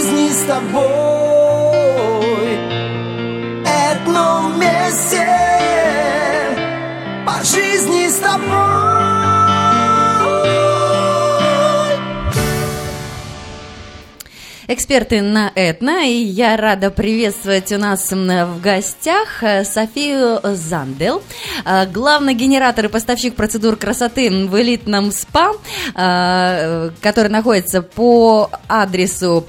жизни с тобой, это вместе по жизни с тобой. Эксперты на Этно, и я рада приветствовать у нас в гостях Софию Зандел, главный генератор и поставщик процедур красоты в элитном СПА, который находится по адресу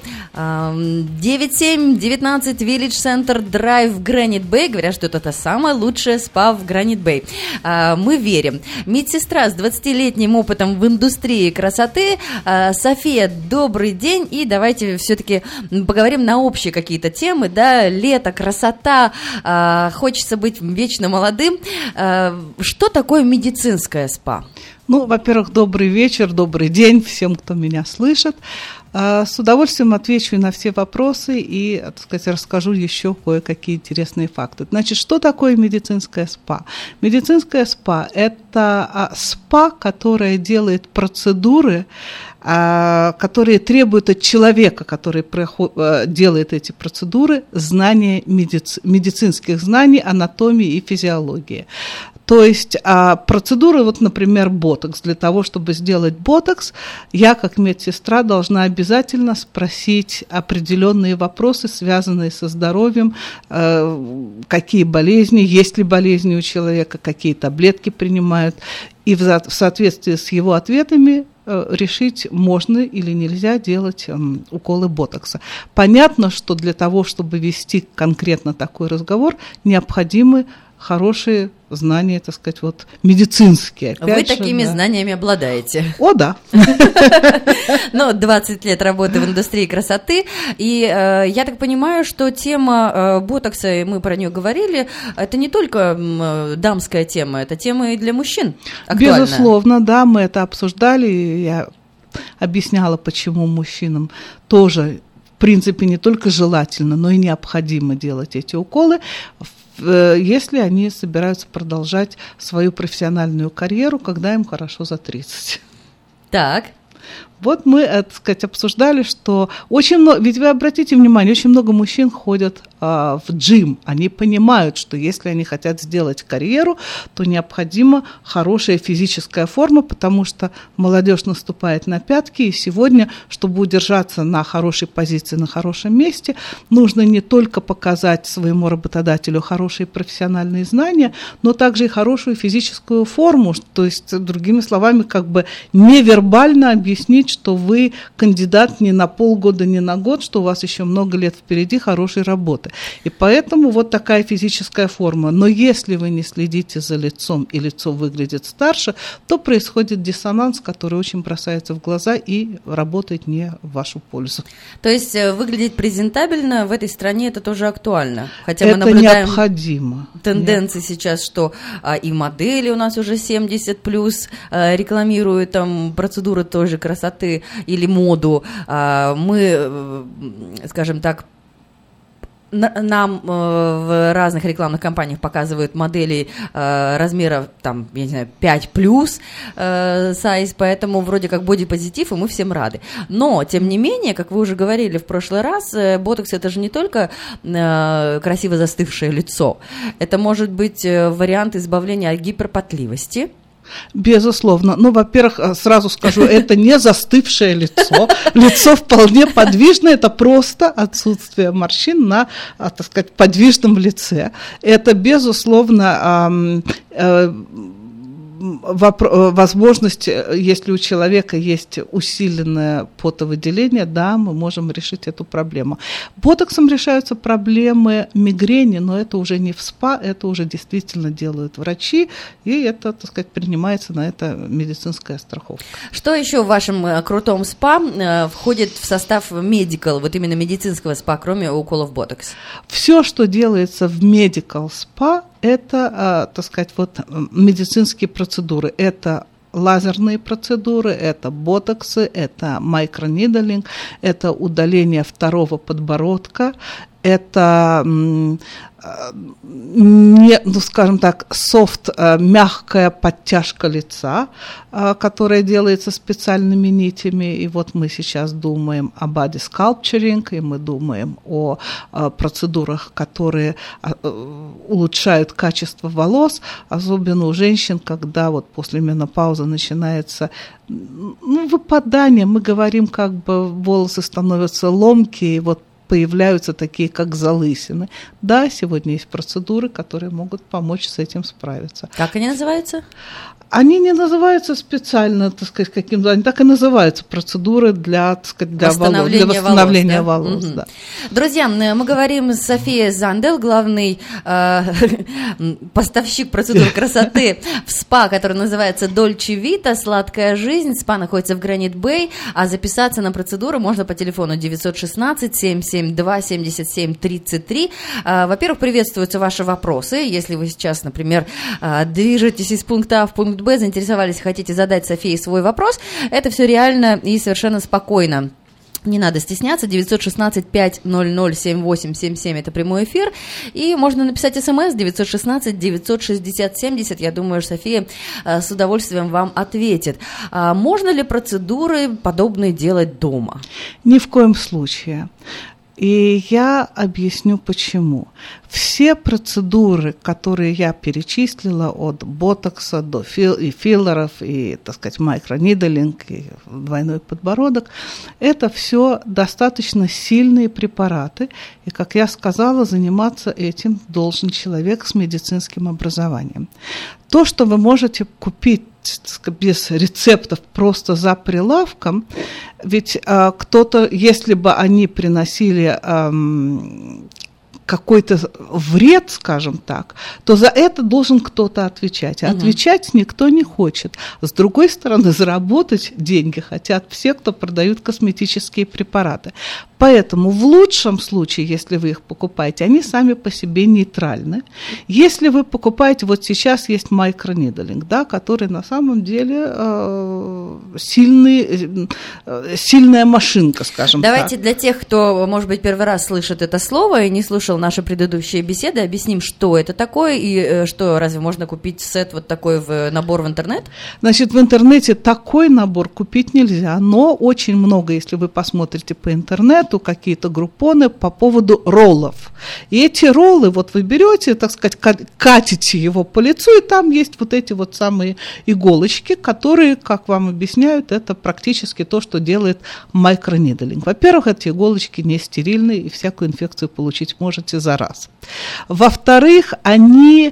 9719 Village Center Drive, Гранит Бэй. Говорят, что это самое лучшее СПА в Гранит Бэй. Мы верим. Медсестра с 20-летним опытом в индустрии красоты. София, добрый день, и давайте все-таки поговорим на общие какие-то темы, да, лето, красота, хочется быть вечно молодым. Что такое медицинское СПА? Ну, во-первых, добрый вечер, добрый день всем, кто меня слышит. С удовольствием отвечу на все вопросы и, так сказать, расскажу еще кое-какие интересные факты. Значит, что такое медицинское СПА? Медицинское СПА – это СПА, которое делает процедуры, которые требуют от человека, который делает эти процедуры, знания медицинских знаний, анатомии и физиологии. То есть процедуры, вот, например, ботокс. Для того, чтобы сделать ботокс, я, как медсестра, должна обязательно спросить определенные вопросы, связанные со здоровьем, какие болезни, есть ли болезни у человека, какие таблетки принимают, и в соответствии с его ответами решить, можно или нельзя делать уколы ботокса. Понятно, что для того, чтобы вести конкретно такой разговор, необходимы хорошие знания, так сказать, вот медицинские. Вы такими знаниями обладаете. О, да. Ну, 20 лет работы в индустрии красоты, и я так понимаю, что тема ботокса, мы про нее говорили, это не только дамская тема, это тема и для мужчин актуальна. Безусловно, да, мы это обсуждали, я объясняла, почему мужчинам тоже, в принципе, не только желательно, но и необходимо делать эти уколы, если они собираются продолжать свою профессиональную карьеру, когда им хорошо за 30. Так. Вот мы, так сказать, обсуждали, что очень много, ведь вы обратите внимание, очень много мужчин ходят в джим. Они понимают, что если они хотят сделать карьеру, то необходима хорошая физическая форма, потому что молодежь наступает на пятки, и сегодня, чтобы удержаться на хорошей позиции, на хорошем месте, нужно не только показать своему работодателю хорошие профессиональные знания, но также и хорошую физическую форму, то есть, другими словами, как бы невербально объяснить, что вы кандидат не на полгода, не на год, что у вас еще много лет впереди хорошей работы. И поэтому вот такая физическая форма. Но если вы не следите за лицом, и лицо выглядит старше, то происходит диссонанс, который очень бросается в глаза и работает не в вашу пользу. То есть выглядеть презентабельно в этой стране это тоже актуально? Хотя это мы наблюдаем необходимо. Тенденции сейчас, что и модели у нас уже 70+, рекламируют там процедуры той же красоты или моду. Мы, скажем так, нам в разных рекламных кампаниях показывают модели размера, там, я не знаю, 5+, сайз, поэтому вроде как бодипозитив, и мы всем рады. Но, тем не менее, как вы уже говорили в прошлый раз, ботокс – это же не только красиво застывшее лицо. Это может быть вариант избавления от гиперпотливости. Безусловно. Ну, во-первых, сразу скажу, это не застывшее лицо. Лицо вполне подвижное, это просто отсутствие морщин на, так сказать, подвижном лице. Это, безусловно, возможность, если у человека есть усиленное потовыделение, да, мы можем решить эту проблему. Ботоксом решаются проблемы мигрени, но это уже не в СПА, это уже действительно делают врачи, и это, так сказать, принимается на это медицинская страховка. Что еще в вашем крутом СПА входит в состав медикал, вот именно медицинского СПА, кроме уколов ботокс? Все, что делается в медикал СПА, это, так сказать, вот медицинские процедуры. Это лазерные процедуры, это ботоксы, это микронидолинг, это удаление второго подбородка, это не, ну, скажем так, мягкая подтяжка лица, которая делается специальными нитями. И вот мы сейчас думаем о body sculpturing, и мы думаем о процедурах, которые улучшают качество волос, особенно у женщин, когда вот после менопаузы начинается выпадание, мы говорим, как бы волосы становятся ломкие, вот появляются такие, как залысины. Да, сегодня есть процедуры, которые могут помочь с этим справиться. Как они называются? Они не называются специально, так сказать, каким-то, они так и называются, процедуры для, так сказать, для восстановления волос. Угу. Да. Друзья, мы говорим с Софией Зандел, главный поставщик процедур красоты в СПА, который называется Dolce Vita, «Сладкая жизнь». СПА находится в Гранит-Бэй, а записаться на процедуру можно по телефону 916-772-77-33. Во-первых, приветствуются ваши вопросы. Если вы сейчас, например, движетесь из пункта А в пункт Б, заинтересовались, хотите задать Софии свой вопрос, это все реально и совершенно спокойно. Не надо стесняться, 916-500-7877, это прямой эфир, и можно написать смс 916-960-70, я думаю, София с удовольствием вам ответит. Можно ли процедуры подобные делать дома? Ни в коем случае. И я объясню почему. Все процедуры, которые я перечислила, от ботокса до филлеров, и, так сказать, микронидолинг, и двойной подбородок, это все достаточно сильные препараты. И, как я сказала, заниматься этим должен человек с медицинским образованием. То, что вы можете купить без рецептов просто за прилавком, ведь кто-то, если бы они приносили какой-то вред, скажем так, то за это должен кто-то отвечать. А отвечать никто не хочет. С другой стороны, заработать деньги хотят все, кто продают косметические препараты. Поэтому в лучшем случае, если вы их покупаете, они сами по себе нейтральны. Если вы покупаете, вот сейчас есть микронидолинг, да, который на самом деле сильная машинка, скажем так. Давайте для тех, кто, может быть, первый раз слышит это слово и не слушал наши предыдущие беседы, объясним, что это такое и что, разве можно купить сет вот такой набор в интернет? Значит, в интернете такой набор купить нельзя, но очень много, если вы посмотрите по интернету, какие-то группоны по поводу роллов. И эти роллы, вот вы берете, так сказать, катите его по лицу, и там есть вот эти вот самые иголочки, которые, как вам объясняют, это практически то, что делает микронидолинг. Во-первых, эти иголочки не стерильные, и всякую инфекцию получить можете за раз. Во-вторых, они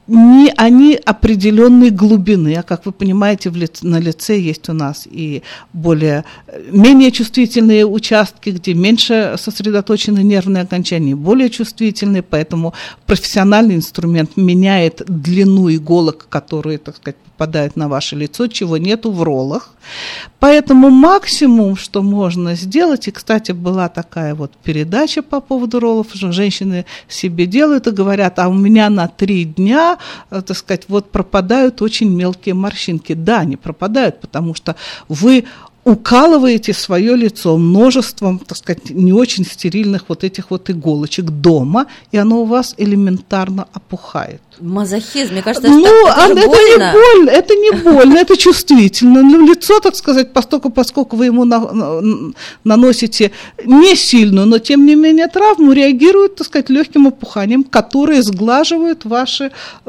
определенной глубины, а как вы понимаете, на лице есть у нас и менее чувствительные участки, где меньше сосредоточены нервные окончания, более чувствительные, поэтому профессиональный инструмент меняет длину иголок, которые, так сказать, попадают на ваше лицо, чего нету в роллах. Поэтому максимум, что можно сделать, и, кстати, была такая вот передача по поводу роллов, что женщины себе делают и говорят, а у меня на 3 дня, так сказать, вот пропадают очень мелкие морщинки. Да, они пропадают, потому что вы укалываете свое лицо множеством, так сказать, не очень стерильных вот этих вот иголочек дома, и оно у вас элементарно опухает. Мазохизм, мне кажется, это больно. Это не больно, это чувствительно. Но лицо, так сказать, поскольку вы ему наносите не сильную, но тем не менее травму, реагирует, так сказать, легким опуханием, которые сглаживают ваши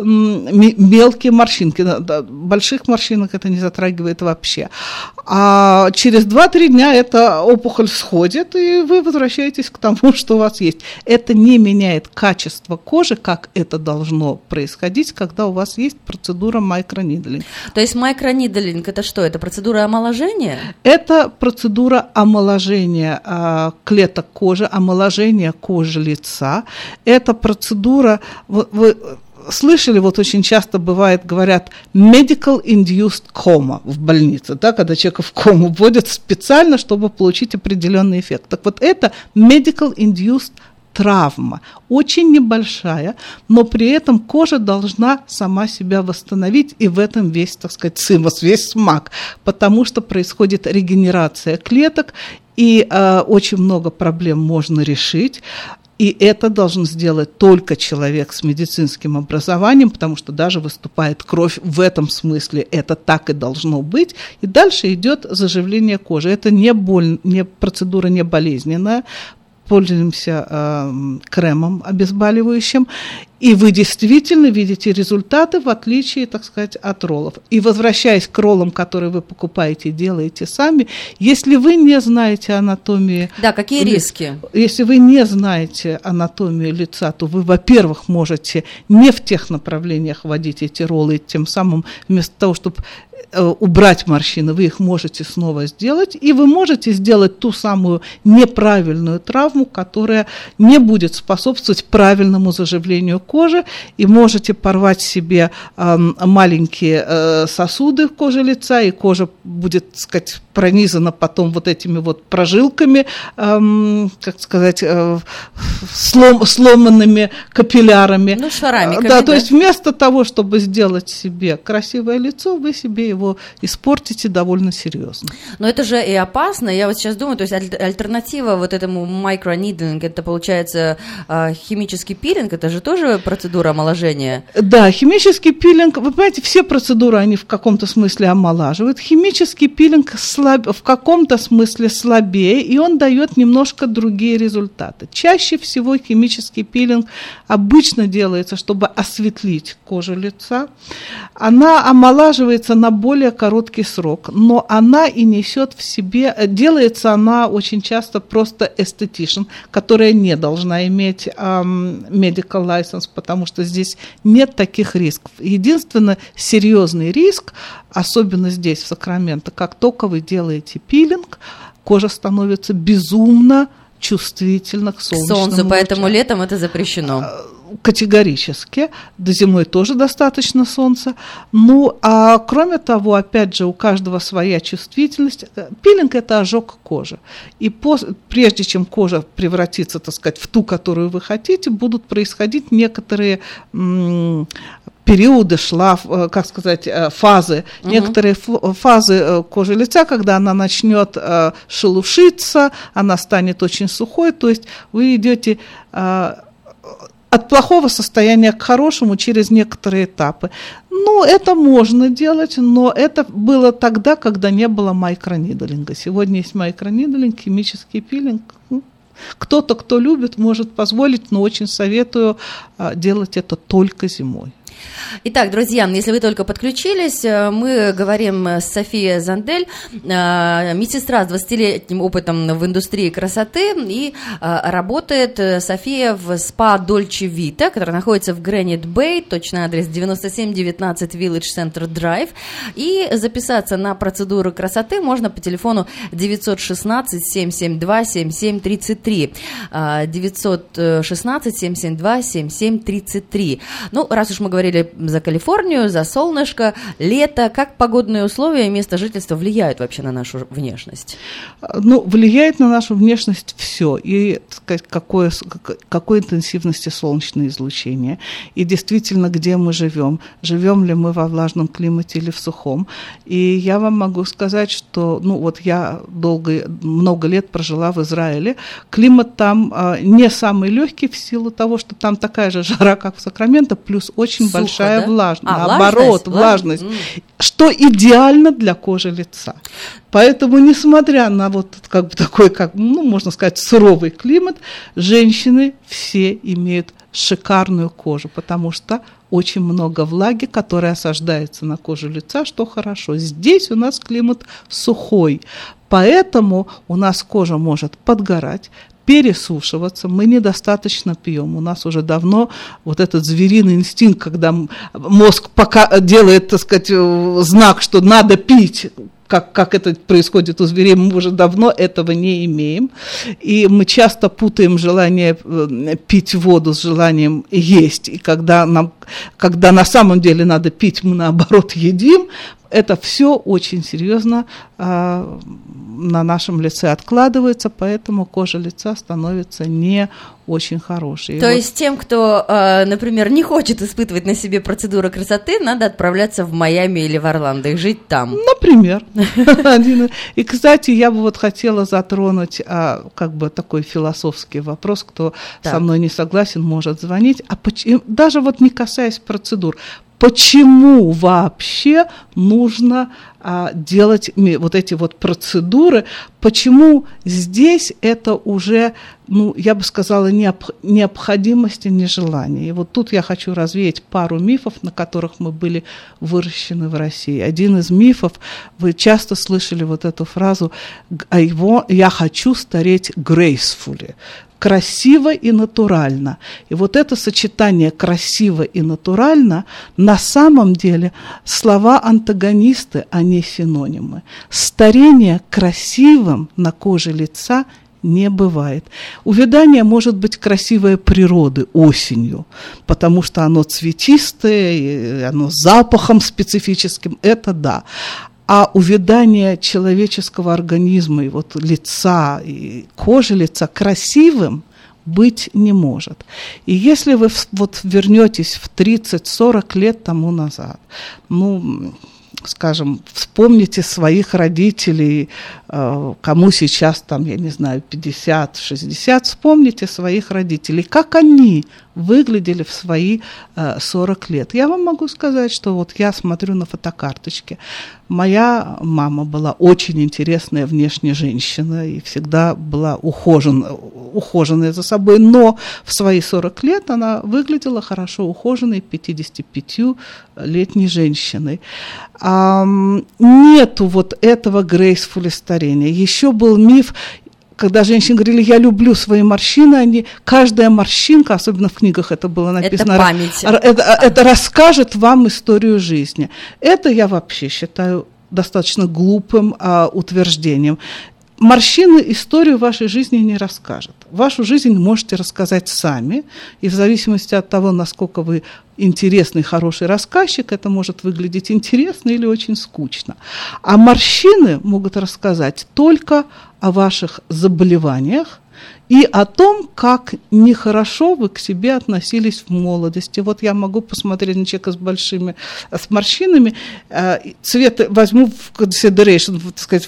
мелкие морщинки. Больших морщинок это не затрагивает вообще. А через 2-3 дня эта опухоль сходит, и вы возвращаетесь к тому, что у вас есть. Это не меняет качество кожи, как это должно происходить, когда у вас есть процедура микронидолинг. То есть микронидолинг это что? Это процедура омоложения? Это процедура омоложения клеток кожи, омоложения кожи лица. Это процедура... Вы слышали, вот очень часто бывает, говорят, medical-induced coma в больнице, да, когда человека в кому вводят специально, чтобы получить определенный эффект. Так вот, это medical-induced травма, очень небольшая, но при этом кожа должна сама себя восстановить, и в этом весь, так сказать, цимус, весь смак, потому что происходит регенерация клеток, и очень много проблем можно решить. И это должен сделать только человек с медицинским образованием, потому что даже выступает кровь в этом смысле. Это так и должно быть. И дальше идет заживление кожи. Это не процедура не болезненная. Пользуемся кремом обезболивающим, и вы действительно видите результаты, в отличие, так сказать, от роллов. И возвращаясь к роллам, которые вы покупаете и делаете сами, если вы не знаете анатомии... Да, какие риски? Если вы не знаете анатомию лица, то вы, во-первых, можете не в тех направлениях вводить эти роллы, и тем самым вместо того, чтобы убрать морщины, вы их можете снова сделать, и вы можете сделать ту самую неправильную травму, которая не будет способствовать правильному заживлению кожи, и можете порвать себе маленькие сосуды в коже лица, и кожа будет, так сказать, пронизана потом вот этими вот прожилками, как сказать, сломанными капиллярами. Ну, шарамиками, да, то есть вместо того, чтобы сделать себе красивое лицо, вы себе его испортите довольно серьезно. Но это же и опасно. Я вот сейчас думаю, то есть альтернатива вот этому microneedling, это получается химический пилинг, это же тоже процедура омоложения? Да, химический пилинг, вы понимаете, все процедуры, они в каком-то смысле омолаживают. Химический пилинг в каком-то смысле слабее, и он дает немножко другие результаты. Чаще всего химический пилинг обычно делается, чтобы осветлить кожу лица. Она омолаживается на более короткий срок, но она и несет в себе, делается она очень часто просто эстетичен, которая не должна иметь medical license, потому что здесь нет таких рисков. Единственный серьезный риск, особенно здесь, в Сакраменто, как только вы делаете пилинг, кожа становится безумно чувствительна к солнечному лучу. Поэтому летом это запрещено. Категорически, до зимой тоже достаточно солнца. Ну, а кроме того, опять же, у каждого своя чувствительность. Пилинг – это ожог кожи. И прежде чем кожа превратится, так сказать, в ту, которую вы хотите, будут происходить некоторые периоды, как сказать, фазы, некоторые фазы кожи лица, когда она начнет шелушиться, она станет очень сухой, то есть вы идете от плохого состояния к хорошему через некоторые этапы. Ну, это можно делать, но это было тогда, когда не было микронидлинга. Сегодня есть микронидлинг, химический пилинг. Кто-то, кто любит, может позволить, но очень советую делать это только зимой. Итак, друзья, если вы только подключились, мы говорим с Софией Зандель, медсестра с 20-летним опытом в индустрии красоты, и работает София в спа Dolce Vita, которая находится в Грэнит-Бэй, точный адрес 9719 Village Center Drive, и записаться на процедуры красоты можно по телефону 916-772-7733, 916-772-7733. Ну, раз уж мы говорили за Калифорнию, за солнышко, лето, как погодные условия и место жительства влияют вообще на нашу внешность? Ну, влияет на нашу внешность все, и, так сказать, какой интенсивности солнечное излучение, и действительно, где мы живем ли мы во влажном климате или в сухом. И я вам могу сказать, что, ну, вот я много лет прожила в Израиле, климат там не самый легкий в силу того, что там такая же жара, как в Сакраменто, плюс очень большая влажность, наоборот, влажность, что идеально для кожи лица. Поэтому, несмотря на вот как бы такой, как, ну, можно сказать, суровый климат, женщины все имеют шикарную кожу, потому что очень много влаги, которая осаждается на кожу лица, что хорошо. Здесь у нас климат сухой, поэтому у нас кожа может подгорать, пересушиваться, мы недостаточно пьем. У нас уже давно вот этот звериный инстинкт, когда мозг пока делает, так сказать, знак, что надо пить, как это происходит у зверей, мы уже давно этого не имеем. И мы часто путаем желание пить воду с желанием есть. И когда на самом деле надо пить, мы наоборот едим. это все очень серьезно на нашем лице откладывается, поэтому кожа лица становится не очень хорошей. То есть тем, кто, например, не хочет испытывать на себе процедуры красоты, надо отправляться в Майами или в Орландо и жить там. Например. И, кстати, я бы вот хотела затронуть как бы такой философский вопрос, кто со мной не согласен, может звонить. Даже вот не касаясь процедур, почему вообще нужно делать вот эти вот процедуры, почему здесь это уже, я бы сказала, необходимость и нежелание. И вот тут я хочу развеять пару мифов, на которых мы были выращены в России. Один из мифов, вы часто слышали вот эту фразу «я хочу стареть gracefully», красиво и натурально. И вот это сочетание красиво и натурально на самом деле слова-антагонисты, а не синонимы. Старение красивым на коже лица не бывает. Увядание может быть красивое природы осенью, потому что оно цветистое, и оно с запахом специфическим, это да. А увядание человеческого организма и вот лица, и кожи лица красивым быть не может. И если вы вот вернетесь в 30-40 лет тому назад, скажем, вспомните своих родителей, кому сейчас там, я не знаю, 50-60, вспомните своих родителей, как они выглядели в свои 40 лет. Я вам могу сказать, что вот я смотрю на фотокарточки. Моя мама была очень интересная внешне женщина и всегда была ухоженная за собой, но в свои 40 лет она выглядела хорошо ухоженной 55-летней женщиной. Нету вот этого graceful старения. Еще был миф, когда женщины говорили, я люблю свои морщины, каждая морщинка, особенно в книгах это было написано, это память. Это расскажет вам историю жизни. Это я вообще считаю достаточно глупым утверждением. Морщины историю вашей жизни не расскажут. Вашу жизнь можете рассказать сами, и в зависимости от того, насколько вы интересный, хороший рассказчик, это может выглядеть интересно или очень скучно. А морщины могут рассказать только о ваших заболеваниях и о том, как нехорошо вы к себе относились в молодости. Вот я могу посмотреть на человека с морщинами, цвет возьму в consideration, так сказать,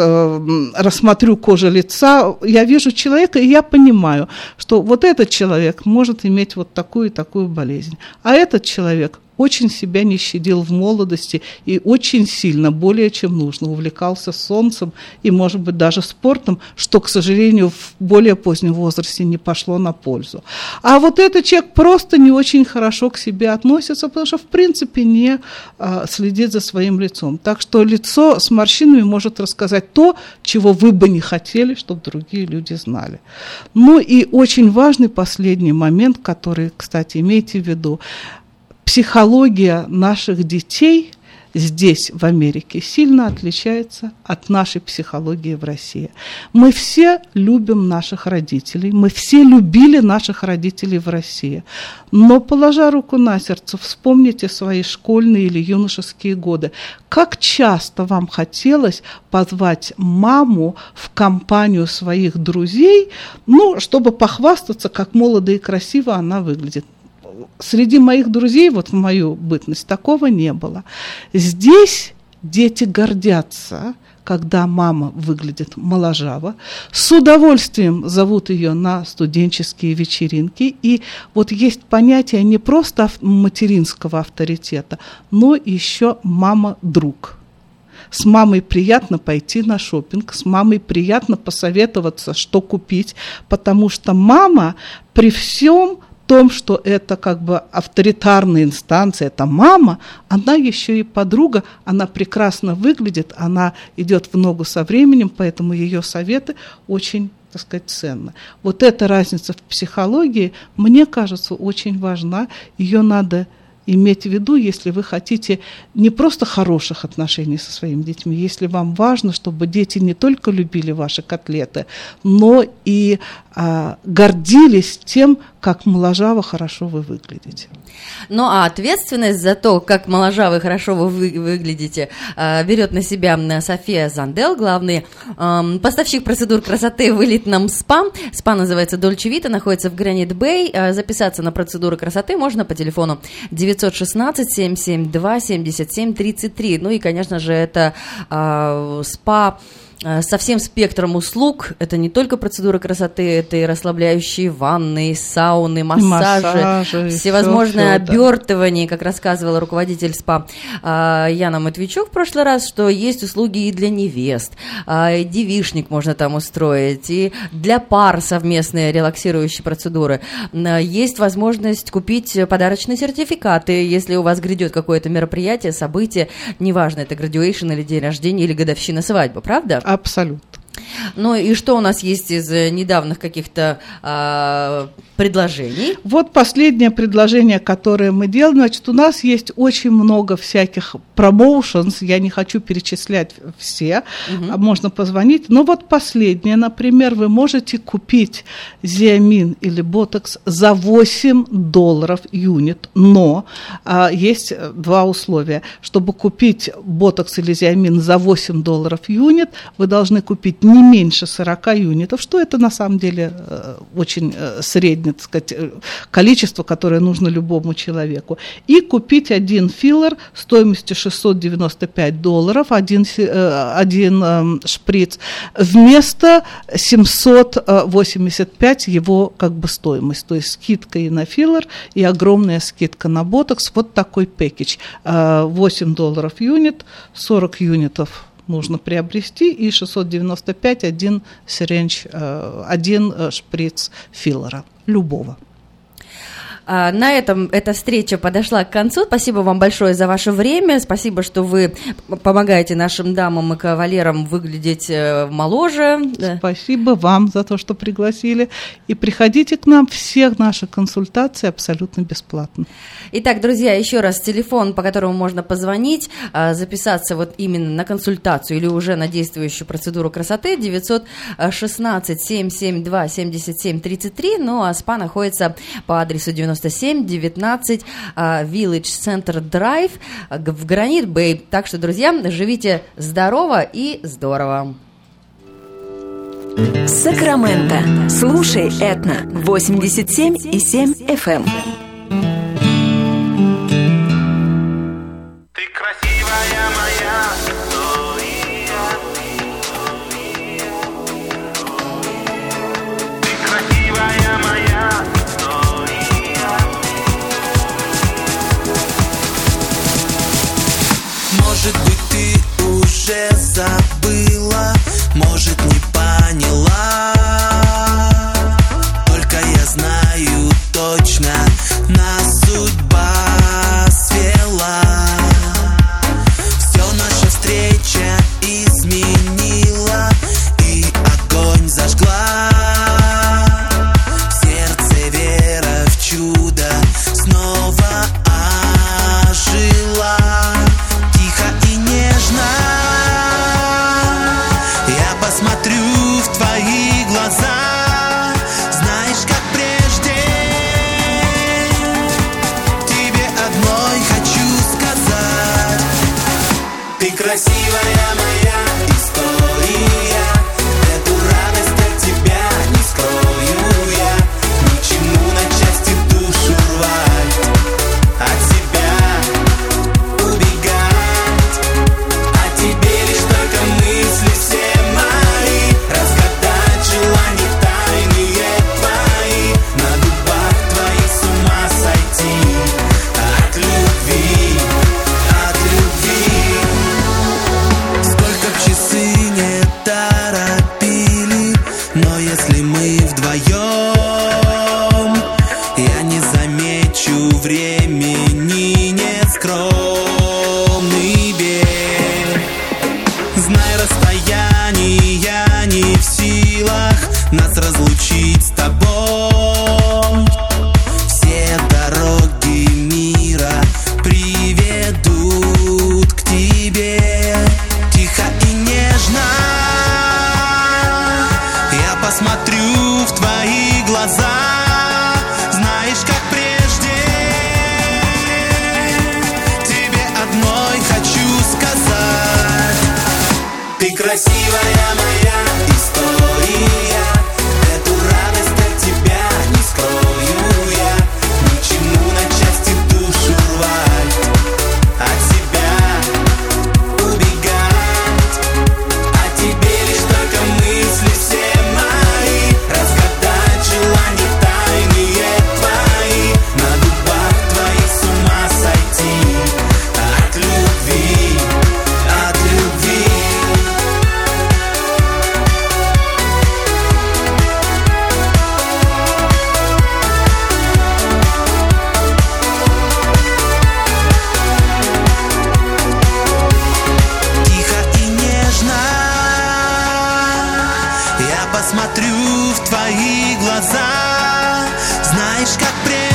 рассмотрю кожу лица, я вижу человека, и я понимаю, что вот этот человек может иметь вот такую и такую болезнь, а этот человек очень себя не щадил в молодости и очень сильно, более чем нужно, увлекался солнцем и, может быть, даже спортом, что, к сожалению, в более позднем возрасте не пошло на пользу. А вот этот человек просто не очень хорошо к себе относится, потому что, в принципе, не следит за своим лицом. Так что лицо с морщинами может рассказать то, чего вы бы не хотели, чтобы другие люди знали. Ну и очень важный последний момент, который, кстати, имейте в виду, психология наших детей здесь, в Америке, сильно отличается от нашей психологии в России. Мы все любим наших родителей, мы все любили наших родителей в России. Но, положа руку на сердце, вспомните свои школьные или юношеские годы. Как часто вам хотелось позвать маму в компанию своих друзей, чтобы похвастаться, как молодо и красиво она выглядит? Среди моих друзей, вот в мою бытность, такого не было. Здесь дети гордятся, когда мама выглядит моложаво, с удовольствием зовут ее на студенческие вечеринки. И вот есть понятие не просто материнского авторитета, но еще мама-друг. С мамой приятно пойти на шопинг, с мамой приятно посоветоваться, что купить, потому что мама при всем том, что это как бы авторитарная инстанция, это мама, она еще и подруга, она прекрасно выглядит, она идет в ногу со временем, поэтому ее советы очень, так сказать, ценны. Вот эта разница в психологии, мне кажется, очень важна, ее надо иметь в виду, если вы хотите не просто хороших отношений со своими детьми, если вам важно, чтобы дети не только любили ваши котлеты, но и гордились тем, как моложаво хорошо вы выглядите. Ну, а ответственность за то, как моложаво и хорошо вы выглядите, берет на себя София Зандел, главный поставщик процедур красоты в элитном СПА. СПА называется Dolce Vita, находится в Гранит Бэй. Записаться на процедуры красоты можно по телефону 916-772-77-33. Ну и, конечно же, это СПА со всем спектром услуг. Это не только процедуры красоты, это и расслабляющие ванны, сауны, массажи всевозможные обертывания, как рассказывала руководитель СПА Яна Матвейчук в прошлый раз, что есть услуги и для невест, девичник можно там устроить, и для пар совместные релаксирующие процедуры. Есть возможность купить подарочные сертификаты, если у вас грядет какое-то мероприятие, событие, неважно, это градуэйшн или день рождения или годовщина свадьбы, правда? Абсолютно. Ну и что у нас есть из недавних каких-то предложений? Вот последнее предложение, которое мы делаем. Значит, у нас есть очень много всяких промоушенс, я не хочу перечислять все, можно позвонить. Но вот последнее, например, вы можете купить Xeomin или Botox за $8 юнит, но есть два условия. Чтобы купить Botox или Xeomin за $8 юнит, вы должны купить не меньше 40 юнитов, что это на самом деле очень среднее, так сказать, количество, которое нужно любому человеку. И купить один филлер стоимостью $695, один шприц, вместо 785 его как бы стоимость. То есть скидка и на филлер, и огромная скидка на ботокс. Вот такой пэкидж. $8 юнит, 40 юнитов нужно приобрести, и 695 один шприц филлера, любого. На этом эта встреча подошла к концу. Спасибо вам большое за ваше время. Спасибо, что вы помогаете нашим дамам и кавалерам выглядеть моложе. Спасибо вам за то, что пригласили. И приходите к нам, все наши консультации абсолютно бесплатно. Итак, друзья, еще раз телефон, по которому можно позвонить, записаться вот именно на консультацию или уже на действующую процедуру красоты, 916-772-77-33. Ну а СПА находится по адресу 97-19 Village Center Drive в Гранит Бэй. Так что, друзья, живите здорово и здорово. Сакраменто. Слушай Этно 87,7 FM. Ты красивая моя история. Ты красивая моя история. Может быть, ты уже забыла, может, не поняла. Только я знаю точно, нас судьба свела. Все наша встреча изменила и огонь зажгла. В сердце вера в чудо снова ожила. Тихо и нежно я посмотрю в твои глаза. Знаешь, как прежде тебе одной хочу сказать: ты красивая моя история. Эту радость от тебя не скрою я. Ни к чему на части душу рвать, от себя убегать. О тебе лишь только мысли все мои. Разгадать желания тайные твои. На губах твоих с ума сойти. От любви, от любви. Сколько б часы не торопили, но если мы вдвоем, я не замечу времени, нет скромный бег. Знай, расстояние не в силах нас разлучить с тобой. Все дороги мира приведут к тебе. Тихо и нежно я посмотрю в твои глаза. посмотрю в твои глаза, знаешь, как прежде